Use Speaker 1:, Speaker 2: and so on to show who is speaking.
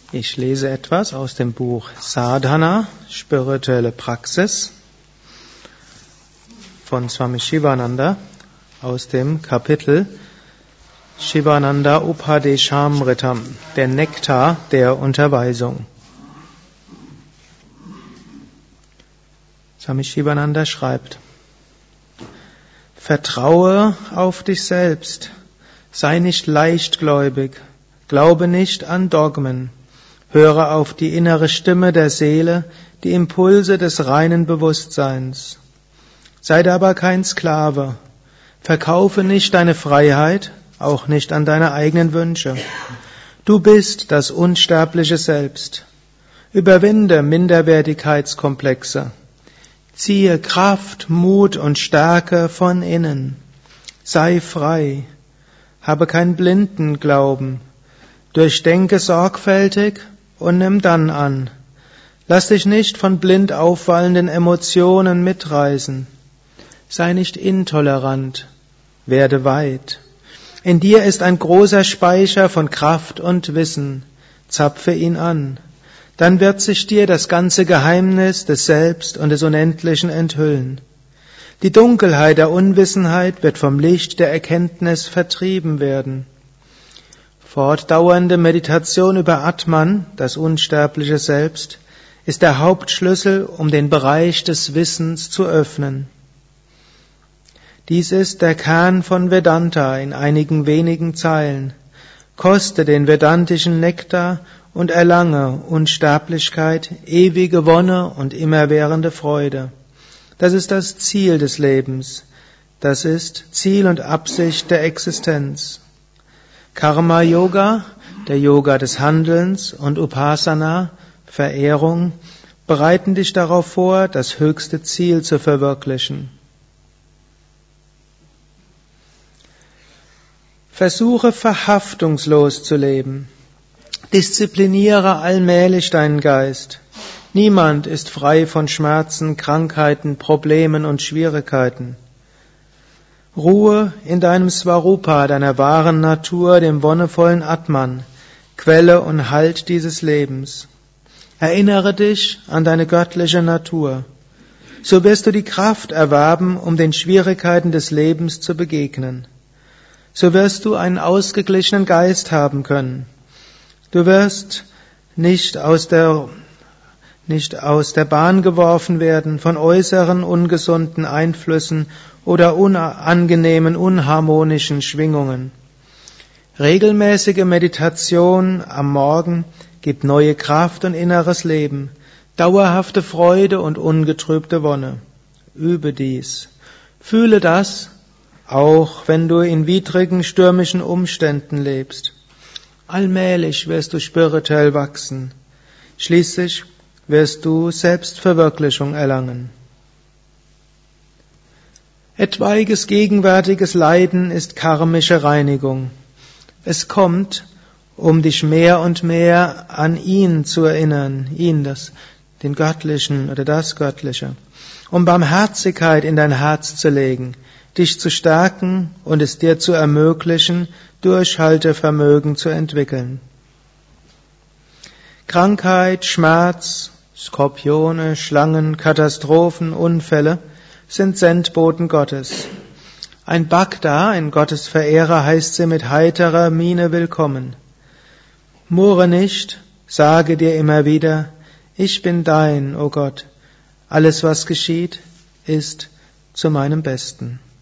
Speaker 1: Ich lese etwas aus dem Buch Sadhana, spirituelle Praxis von Swami Shivananda aus dem Kapitel Shivananda Upadeshamritam, der Nektar der Unterweisung. Swami Shivananda schreibt: Vertraue auf dich selbst, sei nicht leichtgläubig, glaube nicht an Dogmen. Höre auf die innere Stimme der Seele, die Impulse des reinen Bewusstseins. Sei dabei kein Sklave. Verkaufe nicht deine Freiheit, auch nicht an deine eigenen Wünsche. Du bist das unsterbliche Selbst. Überwinde Minderwertigkeitskomplexe. Ziehe Kraft, Mut und Stärke von innen. Sei frei. Habe keinen blinden Glauben. Durchdenke sorgfältig und nimm dann an. Lass dich nicht von blind auffallenden Emotionen mitreißen. Sei nicht intolerant. Werde weit. In dir ist ein großer Speicher von Kraft und Wissen. Zapfe ihn an. Dann wird sich dir das ganze Geheimnis des Selbst und des Unendlichen enthüllen. Die Dunkelheit der Unwissenheit wird vom Licht der Erkenntnis vertrieben werden. Fortdauernde Meditation über Atman, das unsterbliche Selbst, ist der Hauptschlüssel, um den Bereich des Wissens zu öffnen. Dies ist der Kern von Vedanta in einigen wenigen Zeilen. Koste den vedantischen Nektar und erlange Unsterblichkeit, ewige Wonne und immerwährende Freude. Das ist das Ziel des Lebens. Das ist Ziel und Absicht der Existenz. Karma Yoga, der Yoga des Handelns, und Upasana, Verehrung, bereiten dich darauf vor, das höchste Ziel zu verwirklichen. Versuche verhaftungslos zu leben. Diszipliniere allmählich deinen Geist. Niemand ist frei von Schmerzen, Krankheiten, Problemen und Schwierigkeiten. Ruhe in deinem Svarupa, deiner wahren Natur, dem wonnevollen Atman, Quelle und Halt dieses Lebens. Erinnere dich an deine göttliche Natur. So wirst du die Kraft erwerben, um den Schwierigkeiten des Lebens zu begegnen. So wirst du einen ausgeglichenen Geist haben können. Du wirst nicht aus der Bahn geworfen werden von äußeren ungesunden Einflüssen oder unangenehmen, unharmonischen Schwingungen. Regelmäßige Meditation am Morgen gibt neue Kraft und inneres Leben, dauerhafte Freude und ungetrübte Wonne. Übe dies. Fühle das, auch wenn du in widrigen, stürmischen Umständen lebst. Allmählich wirst du spirituell wachsen. Schließlich wirst du Selbstverwirklichung erlangen. Etwaiges gegenwärtiges Leiden ist karmische Reinigung. Es kommt, um dich mehr und mehr an ihn zu erinnern, den Göttlichen oder das Göttliche, um Barmherzigkeit in dein Herz zu legen, dich zu stärken und es dir zu ermöglichen, Durchhaltevermögen zu entwickeln. Krankheit, Schmerz, Skorpione, Schlangen, Katastrophen, Unfälle sind Sendboten Gottes. Ein Bhakta, ein Gottesverehrer, heißt sie mit heiterer Miene willkommen. Murre nicht, sage dir immer wieder: Ich bin dein, o Gott. Alles, was geschieht, ist zu meinem Besten.